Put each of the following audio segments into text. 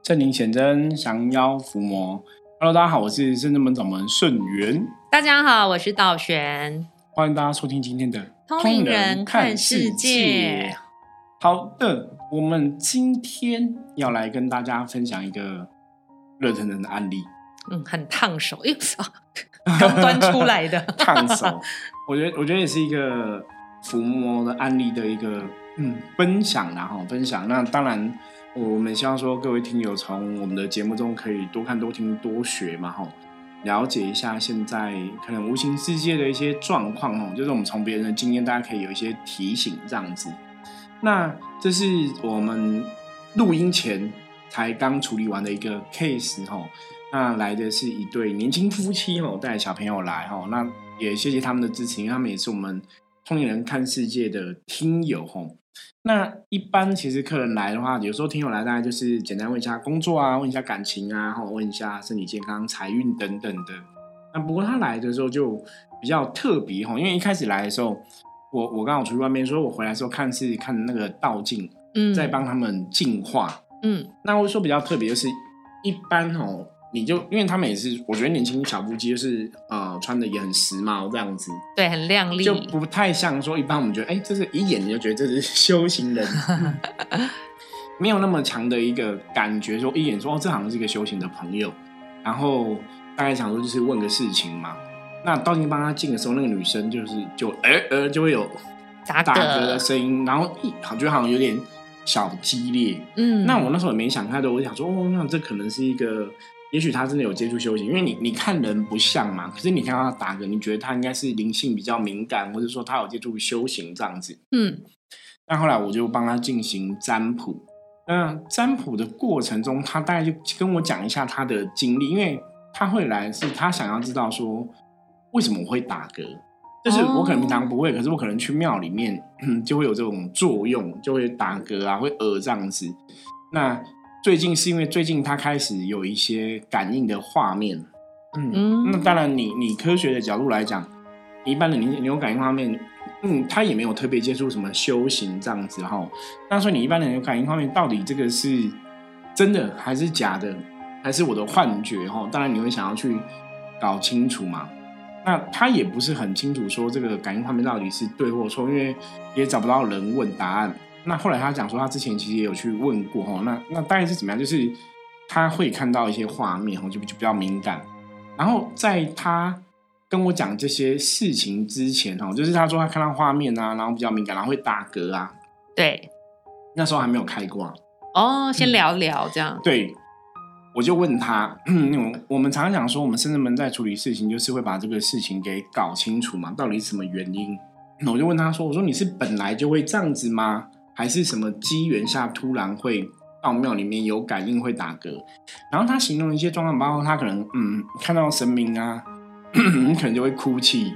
正灵显真，降妖伏魔。Hello， 大家好，我是圣真门掌门圣元。 大家好，我是道玄。 欢迎大家收听今天的通灵人看世界。 好的，我们今天要来跟大家分享一个热腾腾的案例。 很烫手，刚端出来的烫手。我觉得也是一个伏魔的案例的一个分享啦，分享。那当然，我们希望说各位听友从我们的节目中可以多看、多听、多学嘛，了解一下现在可能无形世界的一些状况，就是我们从别人的经验，大家可以有一些提醒这样子。那这是我们录音前才刚处理完的一个 case，那来的是一对年轻夫妻，带小朋友来，那也谢谢他们的支持，因为他们也是我们通灵人看世界的听友。那一般其实客人来的话，有时候听友来大概就是简单问一下工作啊，问一下感情啊，问一下身体健康、财运等等的。那不过他来的时候就比较特别，因为一开始来的时候，我刚好出去外面，所以我回来的时候看那个道镜，在帮他们净化。那我说比较特别就是一般你就因为他们也是，我觉得年轻小夫妻就是穿的也很时髦这样子， 对，很亮丽， 就不太像说一般我们觉得这是一眼你就觉得这是修行人，没有那么强的一个感觉，说一眼说这好像是一个修行的朋友，然后大概想说就是问个事情嘛。那道静帮他进的时候，那个女生就会有打嗝的声音，然后觉得好像有点小激烈。那我那时候也没想太多，我想说那这可能是一个。也许他真的有接触修行，因为你看人不像嘛，可是你看到他打嗝，你觉得他应该是灵性比较敏感，或者说他有接触修行这样子。那后来我就帮他进行占卜。那占卜的过程中，他大概就跟我讲一下他的经历，因为他会来是他想要知道说为什么我会打嗝，就是我可能平常不会，可是我可能去庙里面就会有这种作用，就会打嗝啊，会这样子。那最近是因为最近他开始有一些感应的画面，那当然你科学的角度来讲，一般的你有感应画面，他也没有特别接触什么修行这样子那所以你一般的有感应画面，到底这个是真的还是假的，还是我的幻觉当然你会想要去搞清楚嘛。那他也不是很清楚说这个感应画面到底是对或错，因为也找不到人问答案。那后来他讲说他之前其实也有去问过那大概是怎么样，就是他会看到一些画面就比较敏感。然后在他跟我讲这些事情之前就是他说他看到画面啊，然后比较敏感，然后会打嗝啊。 对， 那时候还没有开挂先聊聊这样。 对，我就问他我们常常讲说我们圣真门在处理事情就是会把这个事情给搞清楚嘛，到底是什么原因。我就问他说，我说你是本来就会这样子吗？还是什么机缘下突然会到庙里面有感应会打嗝？然后他形容一些状况，包括他可能看到神明啊，你可能就会哭泣，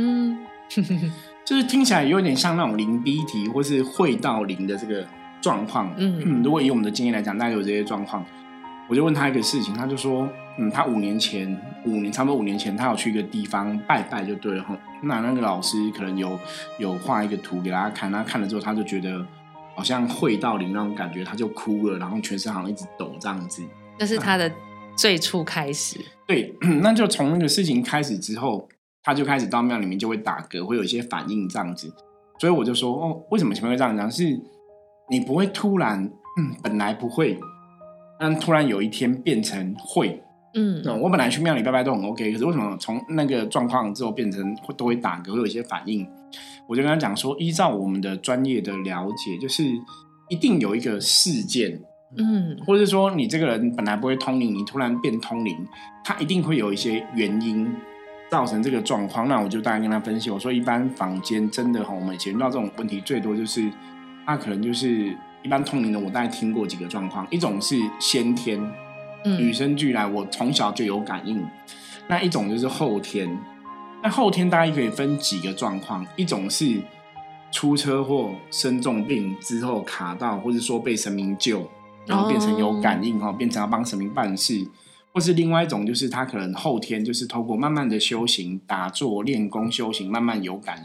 就是听起来有点像那种灵逼体或是会到灵的这个状况。如果以我们的经验来讲，大概有这些状况。我就问他一个事情，他就说他差不多5年前他有去一个地方拜拜就对了那个老师可能有画一个图给他看，他看了之后他就觉得好像会到灵那种感觉，他就哭了，然后全身好像一直抖这样子。 那是他的最初开始。 对，那就从那个事情开始之后，他就开始到庙里面就会打嗝，会有一些反应这样子。所以我就说为什么前面会这样讲？是你不会突然本来不会，但突然有一天变成会。我本来去庙里拜拜都很 OK， 可是为什么从那个状况之后变成都会打嗝，会有一些反应？我就跟他讲说，依照我们的专业的了解，就是一定有一个事件，或者说你这个人本来不会通灵，你突然变通灵，他一定会有一些原因造成这个状况。那我就大概跟他分析，我说一般坊间真的我们以前遇到这种问题最多就是他可能就是一般通灵的，我大概听过几个状况，一种是先天与生俱来，我从小就有感应，那一种就是后天。那后天大概可以分几个状况，一种是出车祸生重病之后卡到，或者说被神明救，然后变成有感应变成要帮神明办事，或是另外一种就是他可能后天就是透过慢慢的修行打坐练功修行慢慢有感觉。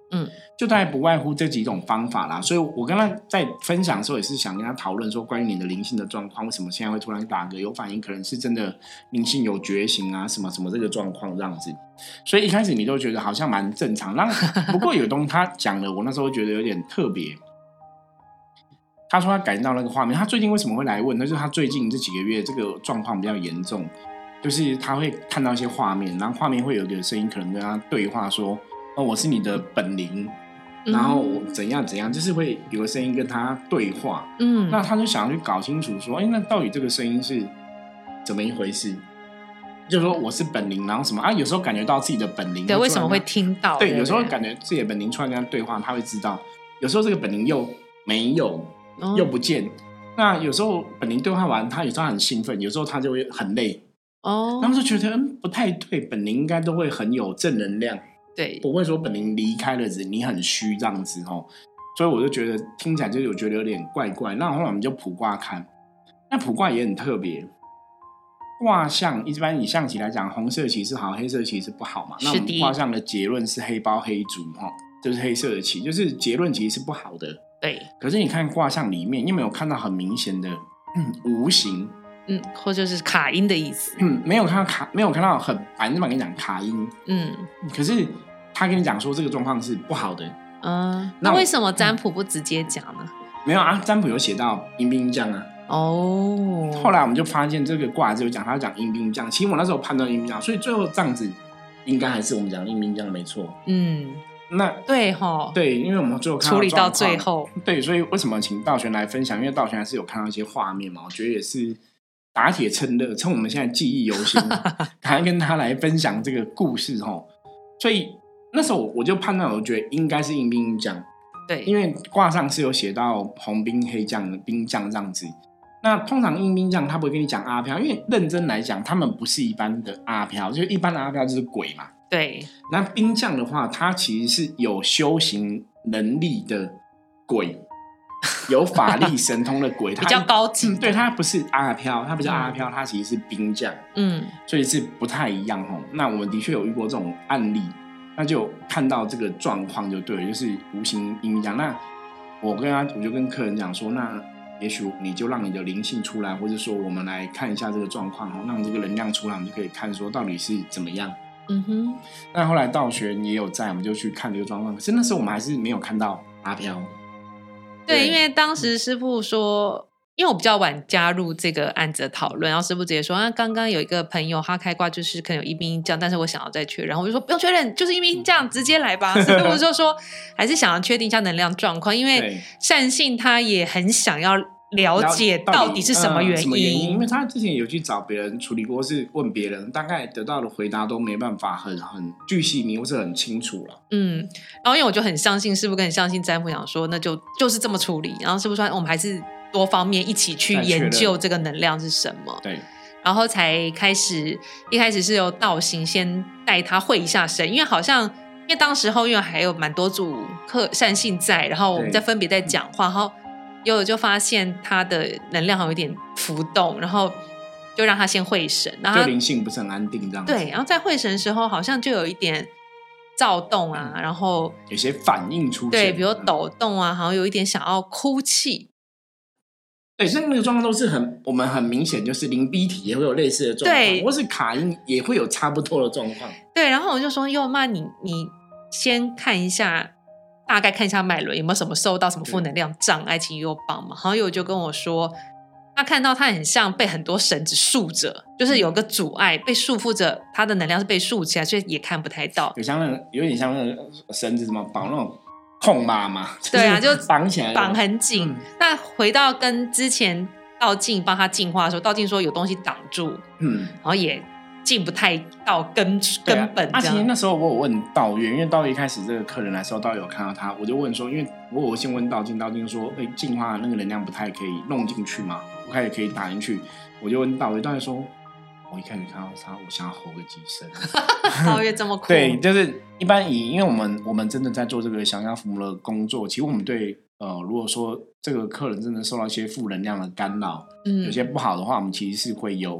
就大概不外乎这几种方法啦。所以我跟他在分享的时候也是想跟他讨论说，关于你的灵性的状况，为什么现在会突然打嗝有反应，可能是真的灵性有觉醒啊，什么什么这个状况这样子。所以一开始你都觉得好像蛮正常，不过有东西他讲了，我那时候觉得有点特别。他说他感觉到那个画面，他最近为什么会来问？那就是他最近这几个月这个状况比较严重，就是他会看到一些画面，然后画面会有一个声音可能跟他对话说：“哦，我是你的本灵。”然后怎样怎样，就是会有个声音跟他对话。那他就想要去搞清楚说，那到底这个声音是怎么一回事？就是说我是本灵，然后什么啊？有时候感觉到自己的本灵， 对，为什么会听到？ 对，有时候感觉自己的本灵突然跟他对话，他会知道；有时候这个本灵又没有，又不见。那有时候本灵对话完，他有时候很兴奋，有时候他就会很累。然后就觉得不太对，本灵应该都会很有正能量。 对， 不会说本灵离开了你很虚这样子所以我就觉得听起来就觉得有点怪怪。那后来我们就卜卦看，那卜卦也很特别。卦象一般以象棋来讲，红色棋是好，黑色棋是不好嘛。那我们卦象的结论是黑包黑竹就是黑色的棋，就是结论其实是不好的。 对。 可是你看卦象里面，你有没有看到很明显的无形？ 或者是卡音的意思。 没有看到没有看到很白，跟你讲卡音。可是他跟你讲说这个状况是不好的。 那为什么占卜不直接讲呢？ 没有啊，占卜有写到阴兵将啊。后来我们就发现这个卦就讲他讲阴兵将，其实我那时候判断阴兵将，所以最后这样子应该还是我们讲阴兵将没错。那对对，因为我们最后看到处理到最后， 对，所以为什么请道玄来分享？因为道玄还是有看到一些画面嘛，我觉得也是打铁趁热，趁我们现在记忆犹新，还跟他来分享这个故事所以那时候我就判断，我觉得应该是阴兵将。 对， 因为卦上是有写到红兵黑将的兵将这样子。那通常阴兵将他不会跟你讲阿飘，因为认真来讲他们不是一般的阿飘，就一般的阿飘就是鬼嘛。 对， 那兵将的话他其实是有修行能力的鬼，有法力神通的鬼， 比较高级。 对，他不是阿飘，他不叫阿飘，他其实是兵将。所以是不太一样那我们的确有遇过这种案例，那就看到这个状况就对了，就是无形阴兵将。那我就跟客人讲说，那也许你就让你的灵性出来，或者说我们来看一下这个状况让这个能量出来，我们就可以看说到底是怎么样。那后来道玄也有在，我们就去看这个状况。可是那时候我们还是没有看到阿飘。 对，因为当时师父说，因为我比较晚加入这个案子的讨论，然后师父直接说，刚刚有一个朋友他开卦就是可能有阴兵将，但是我想要再确认，然后我就说不用确认，就是阴兵将，直接来吧。师父就说还是想要确定一下能量状况，因为善信他也很想要了解到底是什么原因， 因为他之前有去找别人处理过，是问别人，大概得到的回答都没办法很巨细靡或是很清楚了。 然后因为我就很相信师父，跟很相信占卜，想说那就是这么处理。然后师父说我们还是多方面一起去研究这个能量是什么。 对， 然后才一开始是由道行先带他会一下神，因为好像因为当时候因为还有蛮多组善信在，然后我们再分别在讲话，然后就发现他的能量好像有点浮动，然后就让他先会神，然后就灵性不是很安定这样子。 对，然后在会神的时候好像就有一点躁动啊，然后有些反应出现， 对，比如抖动啊，好像有一点想要哭泣。 对，所以那个状况都是我们很明显就是灵逼体也会有类似的状况，或是卡音也会有差不多的状况。 对，然后我就说佑妈，你先看一下，大概看一下脉轮有没有什么受到什么负能量障碍，请佑帮忙。好友就跟我说，他看到他很像被很多绳子束着，就是有个阻碍被束缚着，他的能量是被束起来，所以也看不太到。 有点像那个绳子怎么绑那种控麻嘛， 对啊，就绑起来， 绑很紧。那回到跟之前道静帮他净化的时候，道静说有东西挡住，然后也进不太到根本。 其实那时候我有问道月，因为道月一开始这个客人来的时候，道月有看到他，我就问说，因为我先问道静说，净化那个能量不太可以弄进去嘛，不太可以打进去，我就问道月，道月说，我一开始看到他，我想要吼个几声。 道月这么酷？ 对，就是一般因为我们真的在做这个降压伏魔的工作，其实我们对如果说这个客人真的受到一些负能量的干扰，有些不好的话，我们其实是会有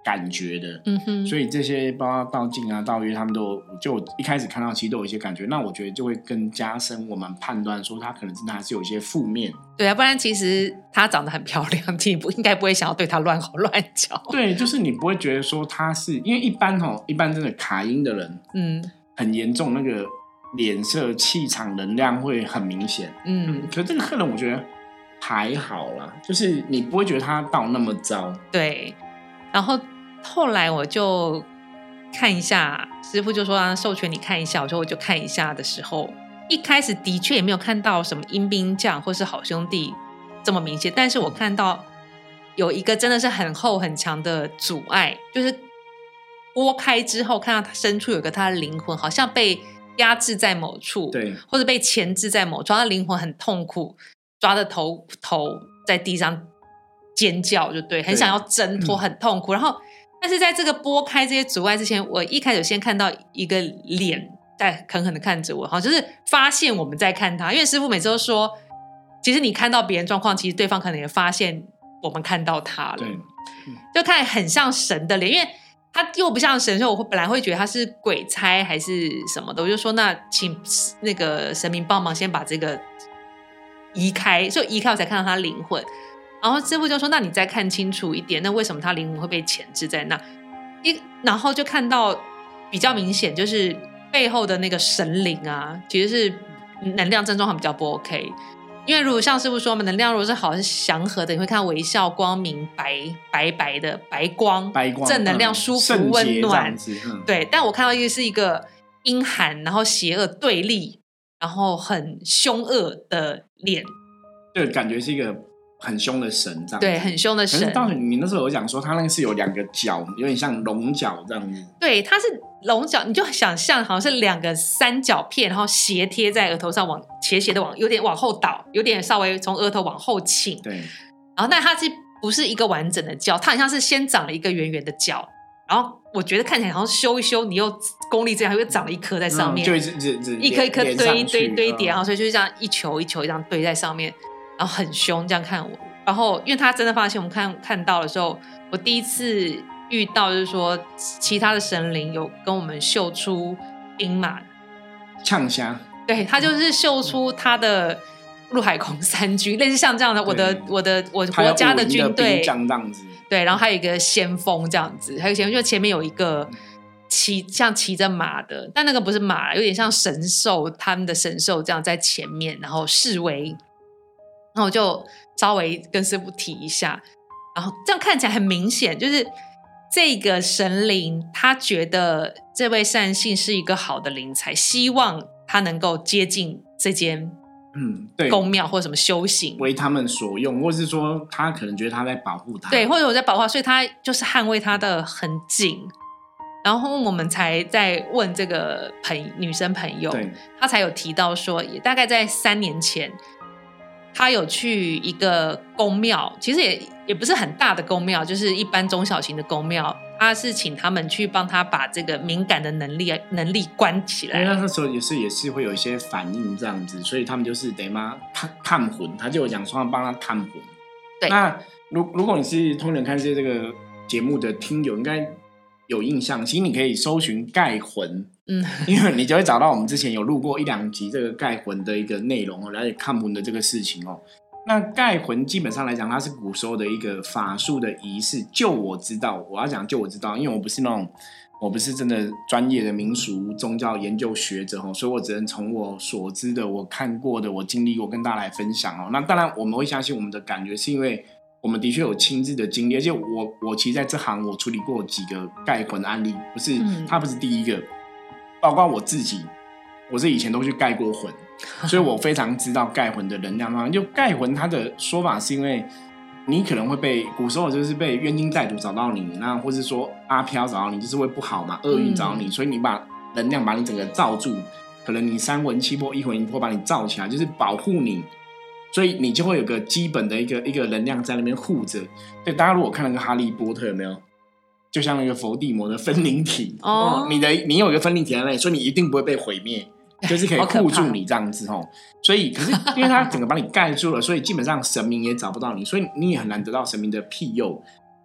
感觉的，所以这些包括道静啊、道约他们都就一开始看到其实都有一些感觉，那我觉得就会更加深我们判断说他可能真的还是有一些负面。 对啊，不然其实她长得很漂亮，你应该不会想要对她乱吼乱叫。 对，就是你不会觉得说他是因为一般真的卡阴的人，很严重，那个脸色、气场、能量会很明显。可是这个客人我觉得还好啦，就是你不会觉得他到那么糟。 对，然后后来我就看一下，师父就说授权你看一下，我就看一下的时候，一开始的确也没有看到什么阴兵将或是好兄弟这么明显，但是我看到有一个真的是很厚很强的阻碍，就是拨开之后看到他深处有个他的灵魂好像被压制在某处， 对， 或者被钳制在某处，他的灵魂很痛苦，抓着头在地上尖叫，就对，很想要挣脱，很痛苦。然后，但是在这个拨开这些阻碍之前，我一开始先看到一个脸在狠狠的看着我，好像就是发现我们在看他。因为师父每次都说，其实你看到别人状况，其实对方可能也发现我们看到他了， 对， 就看很像神的脸，因为他又不像神，所以我本来会觉得他是鬼差还是什么的，我就说那请那个神明帮忙先把这个移开，所以移开我才看到他灵魂。然后师父就说那你再看清楚一点，那为什么他灵魂会被钳制在那？然后就看到比较明显，就是背后的那个神灵啊，其实是能量症状比较不 OK。因为如果像师父说嘛，能量如果是好是祥和的，你会看微笑光明白的白光正能量舒服温暖，对。但我看到是一个阴寒然后邪恶对立然后很凶恶的脸， 对，感觉是一个很凶的神这样子， 对，很凶的神。可是到底你那时候有讲说他那个是有2个角，有点像龙角这样子， 对，它是龙角，你就想象好像是2个三角片，然后斜贴在额头上，斜的有点往后倒，有点稍微从额头往后倾， 对。 然后但它是不是一个完整的角，它很像是先长了一个圆圆的角，然后我觉得看起来好像修一修，你又功力这样，又长了一颗在上面， 就一颗一颗堆叠，然后所以就是这样一球一球这样堆在上面，然后很凶这样看我。然后因为他真的发现我们看到的时候，我第一次遇到就是说其他的神灵有跟我们秀出兵马呛虾，对， 他就是秀出他的陆海空3军，类似像这样的我国家的军队这样子， 对，然后还有一个先锋这样子，还有就前面有一个像骑着马的，但那个不是马，有点像神兽，他们的神兽这样在前面，然后示威，然后我就稍微跟师父提一下，然后这样看起来很明显，就是这个神灵他觉得这位善信是一个好的灵才，希望他能够接近这间宫庙或什么修行， 为他们所用，或是说他可能觉得他在保护他， 对，或者我在保护他，所以他就是捍卫他的很紧。然后我们才在问这个女生朋友，她才有提到说，也大概在3年前，她有去一个宫庙，其实也不是很大的宫庙，就是一般中小型的宫庙。她是请他们去帮她把这个敏感的能力关起来。 因为那时候也是会有一些反应这样子，所以他们就是等于嘛看魂，他就有讲说帮他看魂。 对， 那如果你是通人看这个节目的听友，应该有印象，其实你可以搜寻盖魂，因为你就会找到我们之前有录过1-2集这个盖魂的一个内容，了解看魂的这个事情哦。那盖魂基本上来讲，它是古时候的一个法术的仪式。就我知道，我要讲就我知道，因为我不是真的专业的民俗宗教研究学者哦，所以我只能从我所知的、我看过的、我经历过跟大家来分享哦。那当然我们会相信我们的感觉，是因为我们的确有亲自的经历，而且我其实在这行我处理过几个盖魂的案例，他不是第一个，包括我自己，我是以前都去盖过魂，所以我非常知道盖魂的能量。就盖魂它的说法是因为你可能会被古时候就是被冤亲债主找到你，那或是说阿飘找到你，就是会不好嘛，厄运找到你，所以你把能量把你整个罩住，可能你3魂7魄1魂1魄把你罩起来，就是保护你。所以你就会有个基本的一个能量在那边护着。对，大家如果看那个哈利波特有没有，就像那个伏地魔的分灵体你有一个分灵体在那里，所以你一定不会被毁灭，就是可以护住你这样子所以可是因为它整个把你盖住了，所以基本上神明也找不到你，所以你也很难得到神明的庇佑。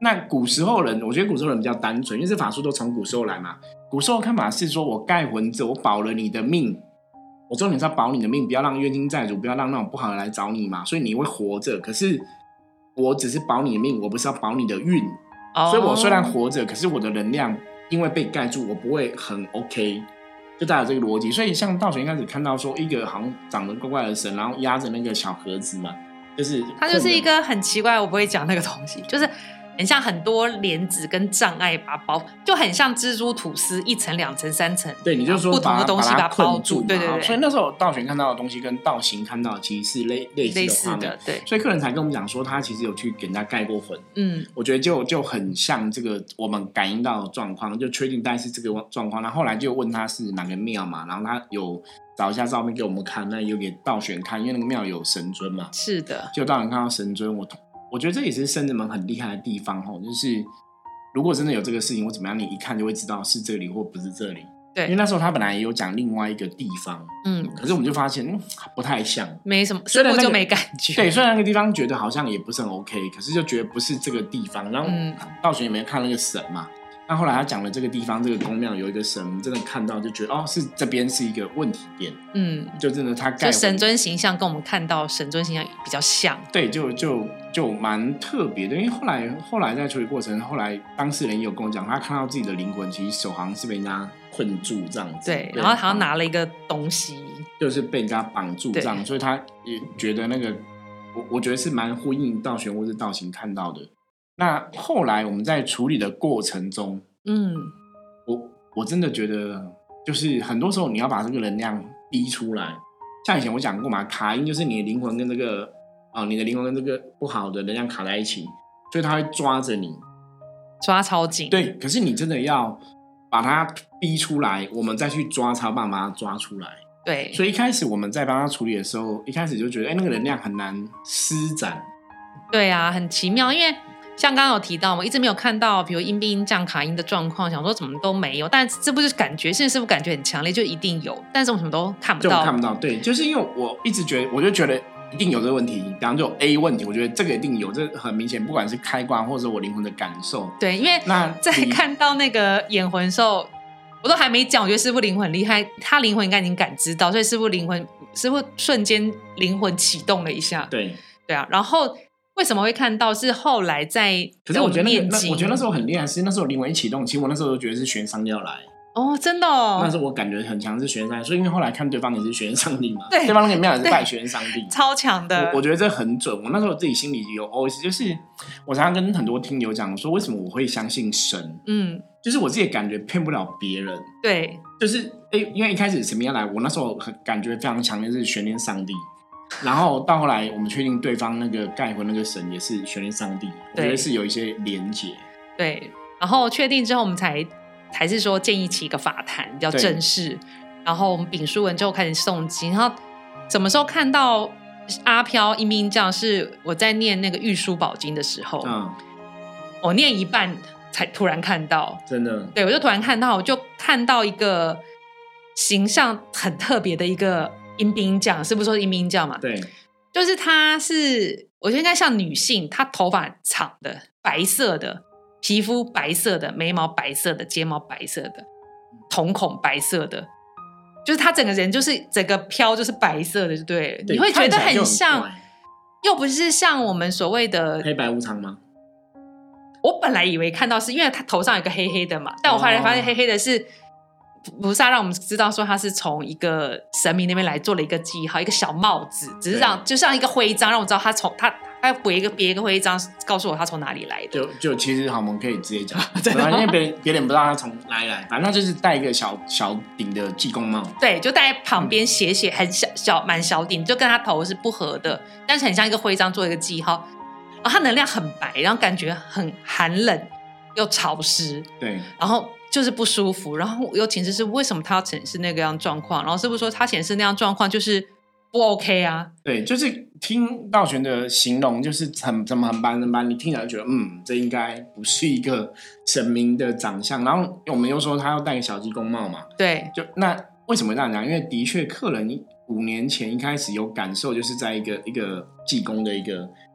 那古时候人，我觉得古时候人比较单纯，因为这法术都从古时候来嘛。古时候看法是说，我盖魂者，我保了你的命，我重点是要保你的命，不要让冤亲债主，不要让那种不好的来找你嘛，所以你会活着。可是我只是保你的命，我不是要保你的运。所以我虽然活着，可是我的能量因为被盖住，我不会很 OK， 就带有这个逻辑。所以像道玄一开始看到说一个好像长得怪怪的神，然后压着那个小盒子嘛，就是它就是一个很奇怪，我不会讲那个东西，就是很像很多帘子跟障碍把它包，就很像蜘蛛吐丝1层2层3层， 对，你就说不同的东西把它包住，对对对。 所以那时候道玄看到的东西跟道行看到的其实是类似的，对。所以客人才跟我们讲说，他其实有去给人家盖过魂，我觉得就很像这个我们感应到的状况，就确定大概是这个状况。然后后来就问他是哪个庙嘛，然后他有找一下照片给我们看，那有给道玄看，因为那个庙有神尊嘛， 是的， 就道玄看到神尊，我觉得这也是圣人们很厉害的地方，就是如果真的有这个事情或怎么样，你一看就会知道是这里或不是这里。 对， 因为那时候他本来也有讲另外一个地方，可是我们就发现不太像， 没什么，师傅就没感觉。 对，虽然那个地方觉得好像也不是很 OK， 可是就觉得不是这个地方。然后道玄也没看那个神嘛，那后来他讲了这个地方，这个宫庙有一个神，真的看到就觉得是这边是一个问题点，就真的他盖就神尊形象跟我们看到神尊形象比较像， 对，就蛮特别的。因为后来在处理过程，后来当事人也有跟我讲，他看到自己的灵魂其实手好像是被人家困住这样子， 对，然后好像拿了一个东西， 就是被人家绑住这样，所以他也觉得那个我觉得是蛮呼应道玄或是道行看到的。那后来我们在处理的过程中，我真的觉得就是很多时候你要把这个能量逼出来。像以前我讲过嘛，卡因就是你的灵魂跟这个你的灵魂跟这个不好的能量卡在一起，所以它会抓着你， 抓超紧。 对，可是你真的要把它逼出来，我们再去抓它，把它抓出来。 对， 所以一开始我们在帮他处理的时候，一开始就觉得那个能量很难施展。 对啊，很奇妙，因为像刚刚有提到，我一直没有看到比如阴兵降卡阴的状况，想说怎么都没有，但这不就是感觉现在是不是感觉很强烈，就一定有，但是我什么都看不到， 就看不到。对，就是因为我一直觉得，我就觉得一定有这个问题，比方说有 A 问题，我觉得这个一定有，这很明显，不管是开挂或者我灵魂的感受。 对，因为在看到那个演魂兽，我都还没讲，我觉得师父灵魂很厉害，他灵魂应该已经感知到，所以师父瞬间灵魂启动了一下。 对啊，然后为什么会看到？是后来在， 可是我觉得那时候很厉害，是那时候灵魂一启动，其实我那时候都觉得是玄奘要来。 哦，真的哦， 那时候我感觉很强是玄奘，所以因为后来看对方也是玄奘帝嘛，对方那个庙也是拜玄奘帝， 超强的。 我觉得这很准。我那时候自己心里有 OS， 就是我常常跟很多听友讲说，为什么我会相信神？就是我自己的感觉骗不了别人。 对， 就是因为一开始神明要来，我那时候感觉非常强烈是玄天上帝，然后到后来我们确定对方那个盖魂那个神也是玄天上帝，我觉得是有一些连结。 对，然后确定之后，我们还是说建议起一个法坛比较正式，然后我们丙书文之后开始诵经，然后什么时候看到阿飘阴兵将？是我在念那个玉书宝经的时候，我念一半才突然看到，真的，对，我就突然看到，我就看到一个形象很特别的一个阴兵将，是不是说阴兵将嘛？对，就是他是，我觉得应该像女性，她头发长的，白色的。皮肤白色的，眉毛白色的，睫毛白色的，瞳孔白色的，就是他整个人就是整个飘就是白色的，对，你会觉得很像，又不是像我们所谓的黑白无常吗？ 我本来以为看到是因为他头上有个黑黑的嘛，但我后来发现黑黑的是菩萨让我们知道说他是从一个神明那边来做了一个记号，一个小帽子，只是让就像一个徽章，让我知道他从他别一个徽章，告诉我他从哪里来的。就其实好，我们可以直接讲，因为别人不知道他从哪里来，反正他就是戴一个小顶的济公帽，对，就戴在旁边斜很小蛮小顶，就跟他头是不合的，但是很像一个徽章做一个记号。然后他能量很白，然后感觉很寒冷又潮湿，对，然后就是不舒服。然后我又请示是为什么他要显示那个样状况，然后师父说他显示那样状况就是不 OK 啊。对，就是听道玄的形容，就是很白，你听起来觉得这应该不是一个神明的长相。然后我们又说他要戴个小济公帽嘛，对，就那为什么这样讲？因为的确客人5年前一开始有感受，就是在一个济公的一个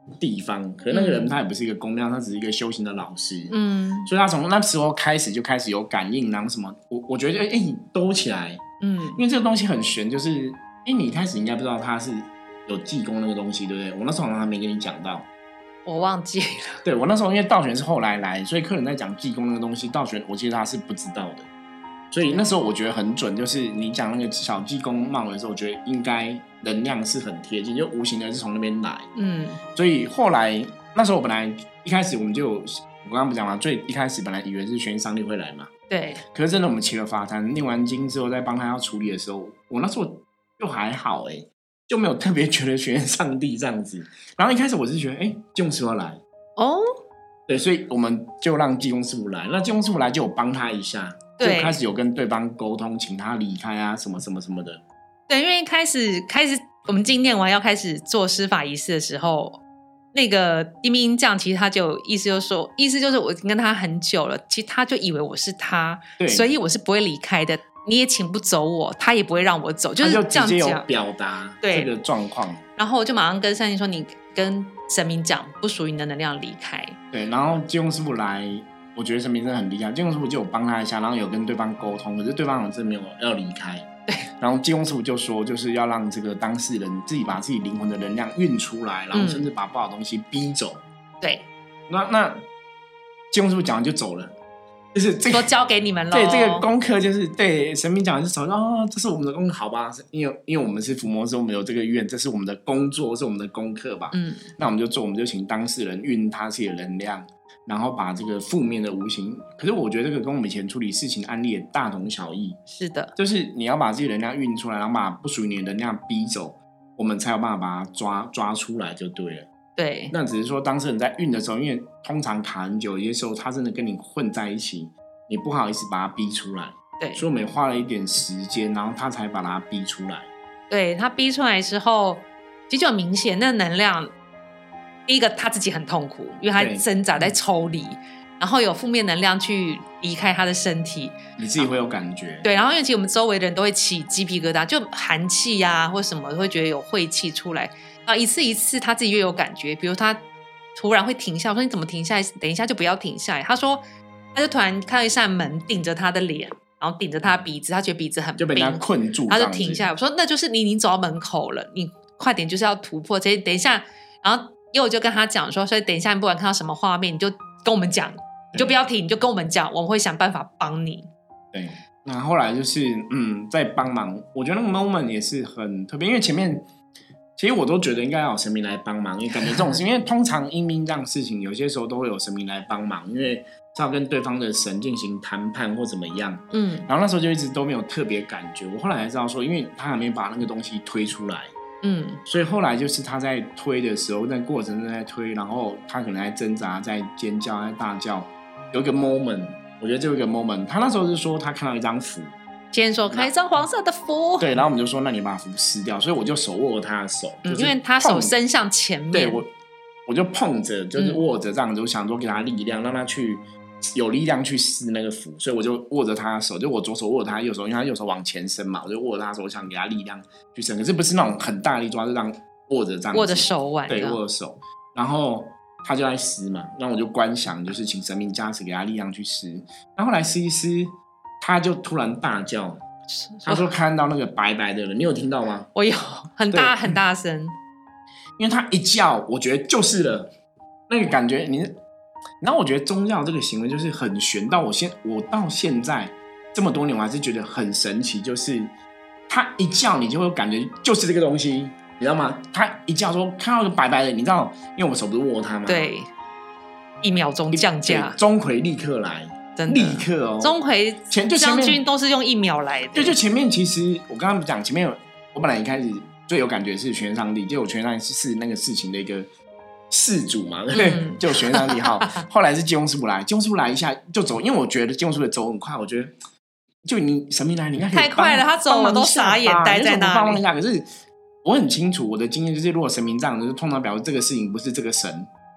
地方，可是那个人他也不是一个宫庙，他只是一个修行的老师，所以他从那时候开始就开始有感应，然后什么，我觉得你兜起来，因为这个东西很玄，就是你一开始应该不知道他是有济公那个东西，对不对？我那时候好像还没跟你讲到。 我忘记了。 对，我那时候因为道玄是后来来，所以客人在讲济公那个东西，道玄我记得他是不知道的，所以那时候我觉得很准，就是你讲那个小济公帽的时候，我觉得应该能量是很贴近，就无形的是从那边来。所以后来那时候我本来一开始我们就有，我刚刚不讲嘛，最一开始本来以为是玄天上帝会来嘛， 对。 可是真的我们起了法坛，念完经之后，在帮他要处理的时候，我那时候就还好就没有特别觉得玄天上帝这样子。然后一开始我是觉得济公师傅要来对，所以我们就让济公师傅来。那济公师傅来就有帮他一下，就开始有跟对方沟通，请他离开啊，什么什么什么的。 对，因为开始我们经念完要开始做施法仪式的时候，那个地兵将其实他就有意思就是我跟他很久了，其实他就以为我是他，所以我是不会离开的。你也请不走我，他也不会让我走，就是这样讲。 他就直接有表达这个状况， 然后我就马上跟善信说：“你跟神明讲，不属于你的能量离开。” 对，然后济公师傅来，我觉得神明真的很厉害。济公师傅就有帮他一下，然后有跟对方沟通，可是对方好像真的没有要离开。 对， 然后济公师傅就说，就是要让这个当事人自己把自己灵魂的能量运出来，然后甚至把不好的东西逼走。 对， 那济公师傅讲完就走了。就是这个都交给你们了。 对，这个功课就是对神明讲，就是这是我们的功课，好吧？因为我们是伏魔师，我们有这个愿，这是我们的工作，是我们的功课吧？那我们就做，我们就请当事人运他自己的能量，然后把这个负面的无形。可是我觉得这个跟我们以前处理事情案例也大同小异。 是的， 就是你要把自己的能量运出来，然后把不属于你的能量逼走，我们才有办法把它抓出来，就对了。 对， 那只是说当事人在运的时候，因为通常卡很久，有些时候他真的跟你混在一起，你不好意思把他逼出来。 对， 所以我们也花了一点时间，然后他才把他逼出来。 对，他逼出来之后，其实就很明显，那能量，第一个他自己很痛苦，因为他挣扎在抽离，然后有负面能量去离开他的身体， 你自己会有感觉。 对，然后因为其实我们周围的人都会起鸡皮疙瘩，就寒气啊或什么，会觉得有晦气出来。然后一次一次他自己越有感觉，比如他突然会停下，我说你怎么停下来？等一下就不要停下来。他说他就突然看到一扇门顶着他的脸，然后顶着他的鼻子，他觉得鼻子很冰， 就被他困住， 他就停下来。我说那就是你已经走到门口了，你快点就是要突破这些，等一下。然后因为我就跟他讲说，所以等一下你不管看到什么画面，你就跟我们讲，你就不要停，你就跟我们讲，我们会想办法帮你。 对，那后来就是在帮忙，我觉得那个 moment 也是很特别，因为前面其实我都觉得应该要有神明来帮忙，因为感觉这种事，因为通常阴兵这样的事情，有些时候都会有神明来帮忙，因为是要跟对方的神进行谈判或怎么样。然后那时候就一直都没有特别感觉，我后来才知道说，因为他还没把那个东西推出来。所以后来就是他在推的时候，那过程中在推，然后他可能在挣扎，在尖叫，在大叫，有一个 moment， 我觉得就有一个 moment， 他那时候是说他看到一张符， 今天说看一张黄色的符， 对，然后我们就说那你把符撕掉，所以我就手握他的手， 因为他手伸向前面， 对，我就碰着，就是握着这样子，我想说给他力量，让他去有力量去撕那个符，所以我就握着他的手，就我左手握着他右手，因为他右手往前伸嘛，我就握着他的手，我想给他力量去伸，可是不是那种很大力抓，是让握着这样子， 握着手腕， 对，握着手，然后他就在撕嘛，那我就观想，就是请神明加持给他力量去撕，然后后来撕一撕，他就突然大叫，他说看到那个白白的人，你有听到吗？ 我有，很大很大声， 因为他一叫，我觉得就是了，那个感觉然后我觉得宗教这个行为就是很玄，我到现在这么多年，我还是觉得很神奇，就是他一叫，你就会有感觉就是这个东西，你知道吗？他一叫说看到一个白白的，你知道，因为我手不是握他吗？ 对，1秒钟降价， 钟馗立刻来， 真的立刻哦， 钟馗将军都是用1秒来的。 对，就前面其实我刚刚讲前面我本来一开始最有感觉是玄上帝，结果玄上帝是那个事情的一个事主嘛，对不对？就玄上帝号，后来是济公师傅来，济公师傅来一下就走，因为我觉得济公师傅走很快，我觉得就你神明来，你应该可以太快了，他走我都傻眼，待在那里。 可是我很清楚我的经验就是，如果神明这样，就是通常表示这个事情不是这个神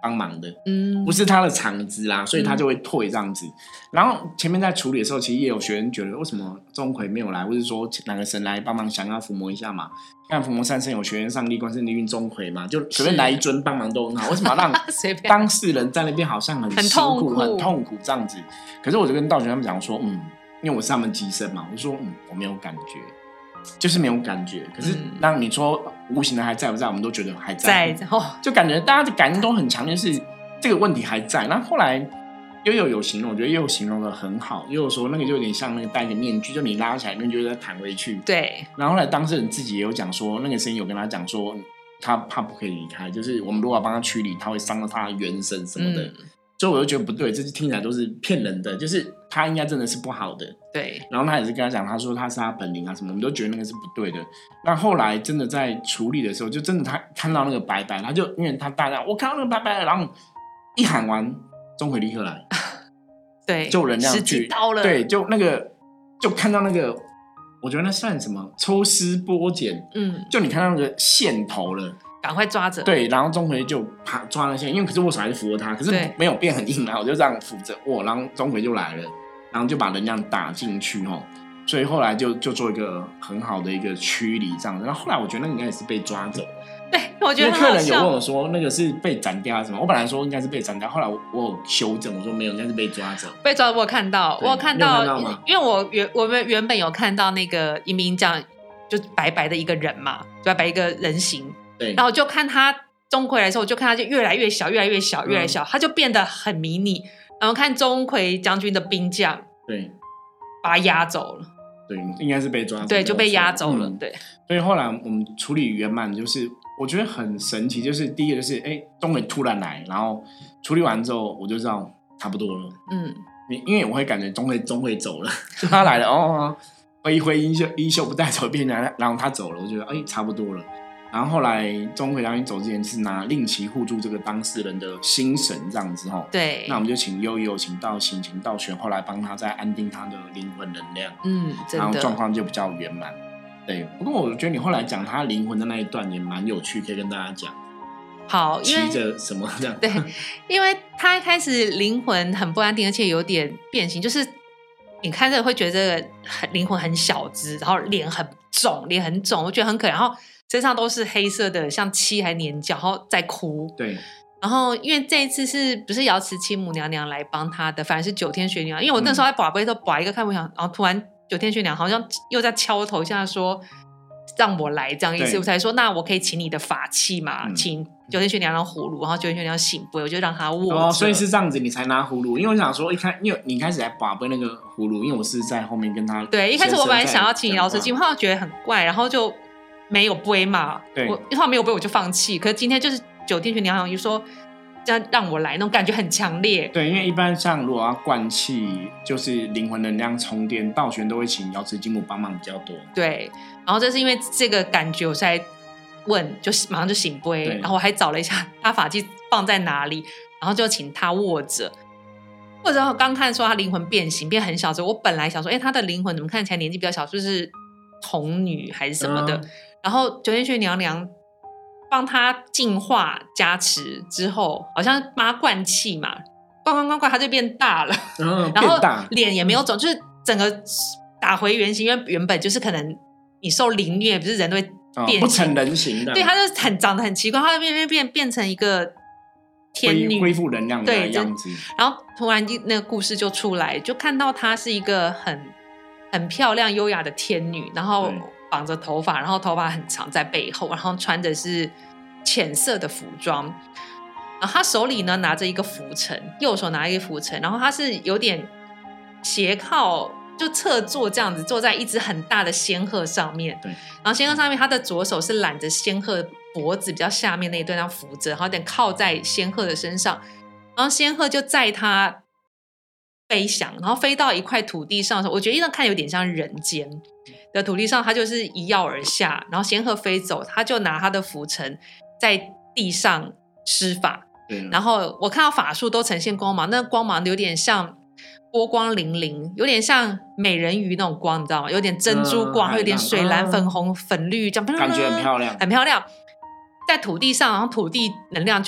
帮忙的，不是他的场子啦，所以他就会退这样子。然后前面在处理的时候，其实也有学员觉得为什么钟馗没有来，或者说哪个神来帮忙降妖伏魔一下嘛？看伏魔三圣有学员上帝、观世音、力运、钟馗嘛，就随便来一尊帮忙都很好。为什么要让当事人在那边好像很辛苦、很痛苦这样子？可是我就跟道玄他们讲说，因为我是他们机身嘛，我说我没有感觉。就是没有感觉，可是让你说无形的还在不在，我们都觉得还在，就感觉大家的感应都很强烈，是这个问题还在。那后来悠悠有形容，我觉得悠悠形容的很好，悠悠说那个就有点像那个戴个面具，就你拉起来面具再弹回去。对。然后后来当事人自己也有讲说，那个声音有跟他讲说，他怕不可以离开，就是我们如果要帮他驱离，他会伤到他的元神什么的。所以我就觉得不对，这听起来都是骗人的，就是他应该真的是不好的。对，然后他也是跟他讲，他说他是他本灵啊什么，我们都觉得那个是不对的。那后来真的在处理的时候，就真的他看到那个白白，他就因为他大叫，我看到那个白白了，然后一喊完，钟馗立刻来，对，就能量去到了，对，就那个就看到那个，我觉得那算什么抽丝剥茧，就你看到那个线头了。赶快抓着，对，然后钟馗就抓那线，因为可是我手还是扶着他，可是没有变很硬啊，我就这样扶着，然后钟馗就来了，然后就把能量打进去所以后来就做一个很好的一个驱离这样子。然后后来我觉得那个应该也是被抓走，对，我觉得很好笑。因为客人有问我说那个是被斩掉还是什么，我本来说应该是被斩掉，后来我有修正，我说没有，应该是被抓走。被抓，我有看到，因为我们原本有看到那个阴兵将就白白的一个人嘛，白白一个人形。然后就看他钟馗来的时候，我就看他就越来越小，越来越小，越来越小，他就变得很迷你。然后看钟馗将军的兵将，对，把他压走了。对，应该是被抓走，对，就被压走了。对，所以后来我们处理圆满，就是我觉得很神奇，就是第一个就是钟馗突然来，然后处理完之后，我就知道差不多了。因为我会感觉钟馗走了，就他来了挥一挥衣袖不带走变然后他走了，我觉得差不多了。然后后来钟馗将军走之前是拿令旗护住这个当事人的心神这样子对，那我们就请悠悠、请道行、请道玄后来帮他再安定他的灵魂能量，然后状况就比较圆满。对，不过我觉得你后来讲他灵魂的那一段也蛮有趣，可以跟大家讲。好，骑着什么这样？对，因为他一开始灵魂很不安定，而且有点变形，就是你看着会觉得这个灵魂很小只，然后脸很肿，我觉得很可怜，然后身上都是黑色的，像漆还粘胶，然后在哭。对，然后因为这一次不是瑶池七母娘娘来帮他的，反而是九天玄女娘。因为我那时候在拔杯都拔一个看不想，然后突然九天玄女娘好像又在敲头下说让我来这样意思，我才说那我可以请你的法器嘛，请九天玄女娘葫芦，然后九天玄女娘醒杯，我就让他握所以是这样子你才拿葫芦。因为我想说因为你开始来拔杯那个葫芦，因为我是在后面跟他对，一开始我本来想要请瑶池七母，后来觉得很怪，然后就没有杯嘛，我一会儿没有杯我就放弃。可是今天就是九天玄女娘就说这样让我来，那种感觉很强烈。对，因为一般像如果要灌气，就是灵魂能量充电，道玄都会请瑶池金母帮忙比较多。对，然后这是因为这个感觉，我才问，就马上就醒杯，然后我还找了一下他法器放在哪里，然后就请他握着。或者刚看说他灵魂变形变很小时候，我本来想说他的灵魂怎么看起来年纪比较小，就是童女还是什么的。然后九天玄女娘娘帮他净化加持之后，好像帮他灌气嘛，灌他就变大了，然后脸也没有肿，就是整个打回原形。因为原本就是可能你受凌虐，不是人都会变形，不成人形的。对，他就长得很奇怪，他就变成一个天女，恢复能量的样子。然后突然那个故事就出来，就看到她是一个很漂亮优雅的天女，然后绑着头发，然后头发很长在背后，然后穿的是浅色的服装，然后他手里呢拿着一个拂尘，右手拿一个拂尘，然后他是有点斜靠，就侧坐这样子，坐在一只很大的仙鹤上面。对，然后仙鹤上面他的左手是揽着仙鹤脖子比较下面那一段，这样扶着，然后有点靠在仙鹤的身上，然后仙鹤就载他飞翔，然后飞到一块土地上的时候，我觉得那看有点像人间的土地上，他就是一跃而下，然后仙鹤飞走，他就拿他的拂尘在地上施法，然后我看到法术都呈现光芒，那个光芒有点像波光粼粼，有点像美人鱼那种光，你知道吗？有点珍珠光，有点水蓝、粉红、粉绿，这样感觉很漂亮，很漂亮。在土地上，然后土地能量就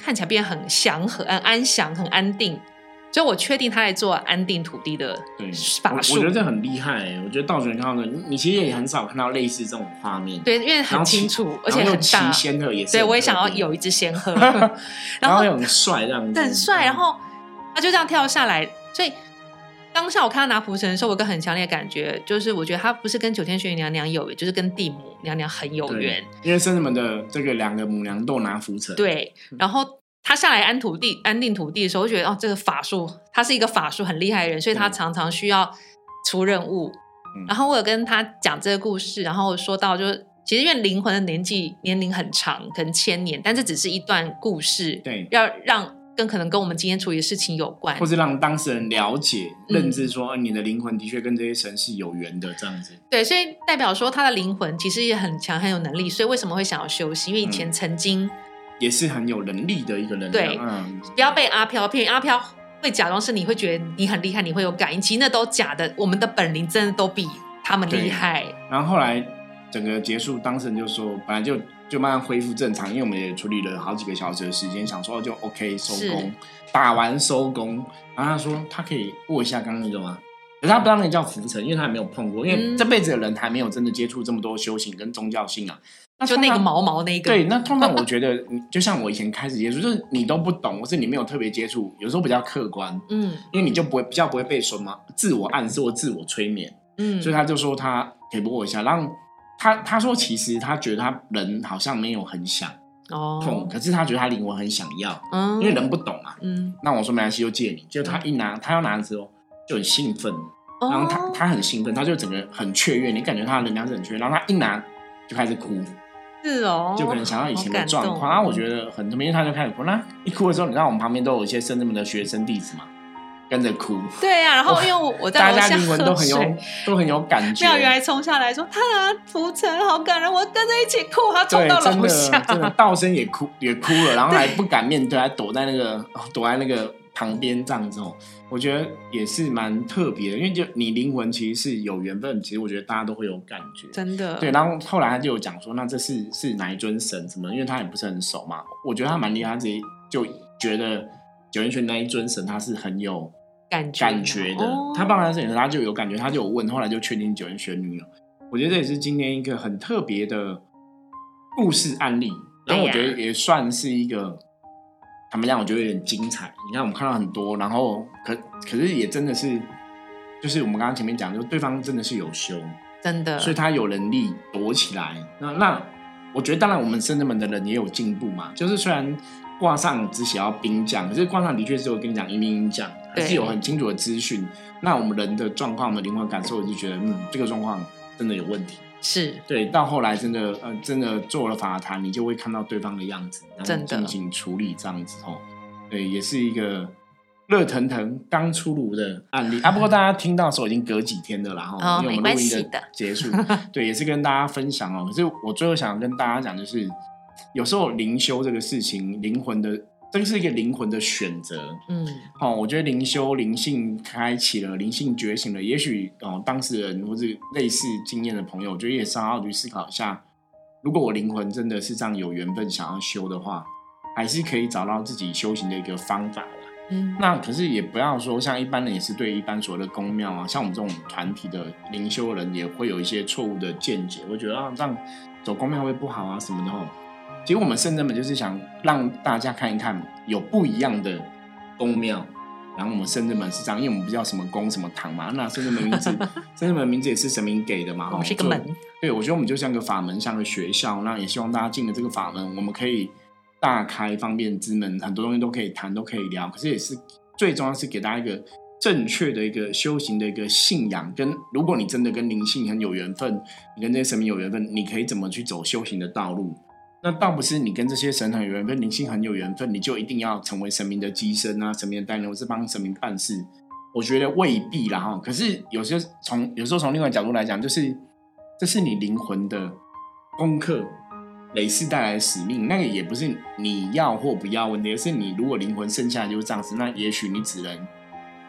看起来变很祥和、很安详、很安定。所以我确定他在做安定土地的法术。 我觉得这很厉害我觉得道主任看到的，你其实也很少看到类似这种画面。 对，因为很清楚，而且很大。 仙鹤也是， 对，我也想要有一只仙鹤， 然后又很帅这样子， 很帅。然后他就这样跳下来，所以当下我看他拿蒲城的时候，我有个很强烈的感觉，就是我觉得他不是跟九天玄女娘娘有缘，就是跟地母娘娘很有缘。 因为圣人们的这个2个母娘都拿蒲城。 对，然后他下来安定土地的时候，我觉得这个法术，他是一个法术很厉害的人，所以他常常需要出任务。然后我有跟他讲这个故事，然后说到就是其实因为灵魂的年龄很长，可能1000年，但这只是一段故事， 对， 要让可能跟我们今天处理的事情有关， 或是让当事人了解认知说，你的灵魂的确跟这些神是有缘的这样子。 对，所以代表说他的灵魂其实也很强很有能力，所以为什么会想要修行，因为以前曾经也是很有能力的一个人。 对，不要被阿飘骗，阿飘会假装是你，会觉得你很厉害，你会有感应，其实那都假的，我们的本灵真的都比他们厉害。 然后后来整个结束，当事人就说本来就慢慢恢复正常，因为我们也处理了好几个小时的时间，想说就 OK 收工，打完收工。然后他说他可以握一下刚刚那个吗？可是他不知道那个叫浮尘，因为他还没有碰过，因为这辈子的人还没有真的接触这么多修行跟宗教信仰。 就那个毛那个。 对，那通常我觉得就像我以前开始接触，就是你都不懂，或是你没有特别接触，有时候比较客观，因为你就比较不会被什么自我暗示或自我催眠，所以他就说他可以握一下，让他说其实他觉得他人好像没有很想碰，可是他觉得他灵魂很想要，因为人不懂啊。那我说没关系，就借你。就他一拿，他要拿的时候就很兴奋，然后他很兴奋，他就整个很雀跃，你感觉他的能量是很雀跃，然后他一拿就开始哭。 是哦， 就可能想到以前的状况，然后我觉得很特别，因为他就开始哭。那一哭的时候，你知道我们旁边都有一些圣人们的学生弟子嘛，跟着哭。 对啊，然后因为我在楼下大家灵魂都很有感觉。 妙鱼还冲下来说：“他拿蒲城好感人，我跟着一起哭。”他冲到楼下， 真的道生也哭了，然后还不敢面对，还躲在那个旁边这样子。我觉得也是蛮特别的，因为就你灵魂其实是有缘分，其实我觉得大家都会有感觉， 真的。 对，然后后来他就有讲说，那这是哪一尊神什么？因为他也不是很熟嘛，我觉得他蛮厉害，他自己就觉得九天玄那一尊神他是很有感觉的，他帮他他就有感觉，他就有问，后来就确定九天玄女了。我觉得这也是今天一个很特别的故事案例，然后我觉得也算是一个。他们让我觉得有点精彩。你看，我们看到很多，然后可是也真的是，就是我们刚刚前面讲，就对方真的是有修， 真的， 所以他有能力躲起来。那我觉得，当然我们圣人们的人也有进步嘛。就是虽然卦上只写到兵将，可是卦上的确是有跟你讲阴兵阴将，还是有很清楚的资讯。那我们人的状况，我们灵魂感受，我就觉得，这个状况真的有问题。 是对，到后来真的做了法坛，你就会看到对方的样子，然后进行处理这样子对，也是一个热腾腾刚出炉的案例不过大家听到的时候已经隔几天的啦因为我们录音的结束对，也是跟大家分享可是我最后想跟大家讲就是，有时候灵修这个事情，灵魂的这是一个灵魂的选择。我觉得灵修灵性开启了，灵性觉醒了，也许当事人或是类似经验的朋友，我觉得也稍好去思考一下，如果我灵魂真的是这样有缘分想要修的话，还是可以找到自己修行的一个方法啦。那可是也不要说像一般人也是对一般所谓的宫庙啊，像我们这种团体的灵修人也会有一些错误的见解，我觉得这样走宫庙会不好啊什么的其实我们圣人们就是想让大家看一看有不一样的宫庙，然后我们圣人们是这样，因为我们不叫什么宫什么堂嘛，那圣人们名字圣人们名字也是神明给的嘛， 我们是一个门。 对，我觉得我们就像个法门，像个学校，那也希望大家进了这个法门，我们可以大开方便之门，很多东西都可以谈，都可以聊，可是也是最重要是给大家一个正确的一个修行的一个信仰，跟如果你真的跟灵性很有缘分，你跟这些神明有缘分，你可以怎么去走修行的道路。那倒不是你跟这些神很有缘分，灵性很有缘分，你就一定要成为神明的机身啊，神明的代理，或是帮神明办事，我觉得未必啦可是有时候从另外一个角度来讲，就是这是你灵魂的功课，累世带来的使命，那个也不是你要或不要问题，而是你如果灵魂剩下来就是这样子，那也许你只能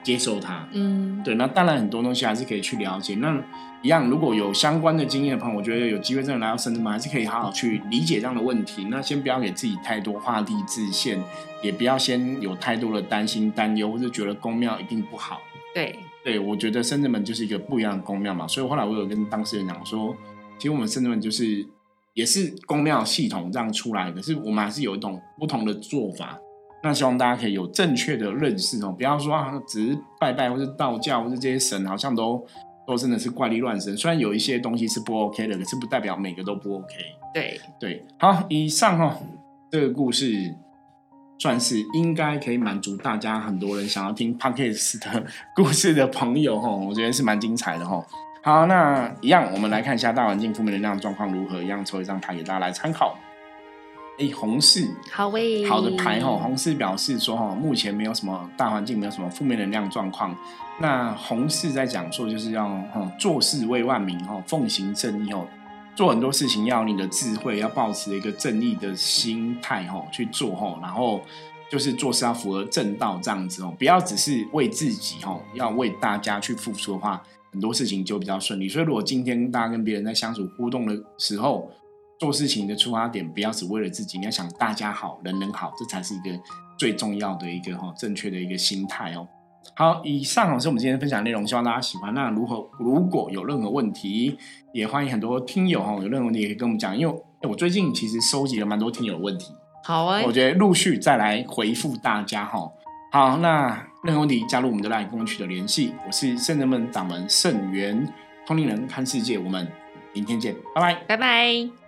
接受它。对，那当然很多东西还是可以去了解。那一样，如果有相关的经验的朋友，我觉得有机会真的来到圣真门，还是可以好好去理解这样的问题。那先不要给自己太多画地自限，也不要先有太多的担心担忧，或者觉得宫庙一定不好。对，我觉得圣真门就是一个不一样的宫庙嘛，所以后来我有跟当事人讲说，其实我们圣真门就是也是宫庙系统这样出来的，可是我们还是有一种不同的做法。那希望大家可以有正确的认识不要说只是拜拜或是道教或是这些神好像都真的是怪力乱神。虽然有一些东西是不 OK 的，可是不代表每个都不 OK。对，好，以上这个故事算是应该可以满足大家很多人想要听 Podcast 的故事的朋友我觉得是蛮精彩的好，那一样我们来看一下大环境负面能量状况如何，一样抽一张牌给大家来参考。红四好的牌红四表示说目前没有什么大环境，没有什么负面能量状况。那红四在讲说就是要做事为万民奉行正义做很多事情要你的智慧，要抱持一个正义的心态去做然后就是做事要符合正道这样子不要只是为自己要为大家去付出的话，很多事情就比较顺利。所以如果今天大家跟别人在相处互动的时候，做事情的出发点不要只为了自己，你要想大家好，人好，这才是一个最重要的一个正确的一个心态好，以上是我们今天分享的内容，希望大家喜欢。那如果有任何问题，也欢迎很多听友有任何问题也可以跟我们讲，因为我最近其实收集了蛮多听友的问题， 好我觉得陆续再来回复大家好，那任何问题加入我们的 LINE 跟我取得联系。我是圣真门掌门圣元，通灵人看世界，我们明天见，拜拜。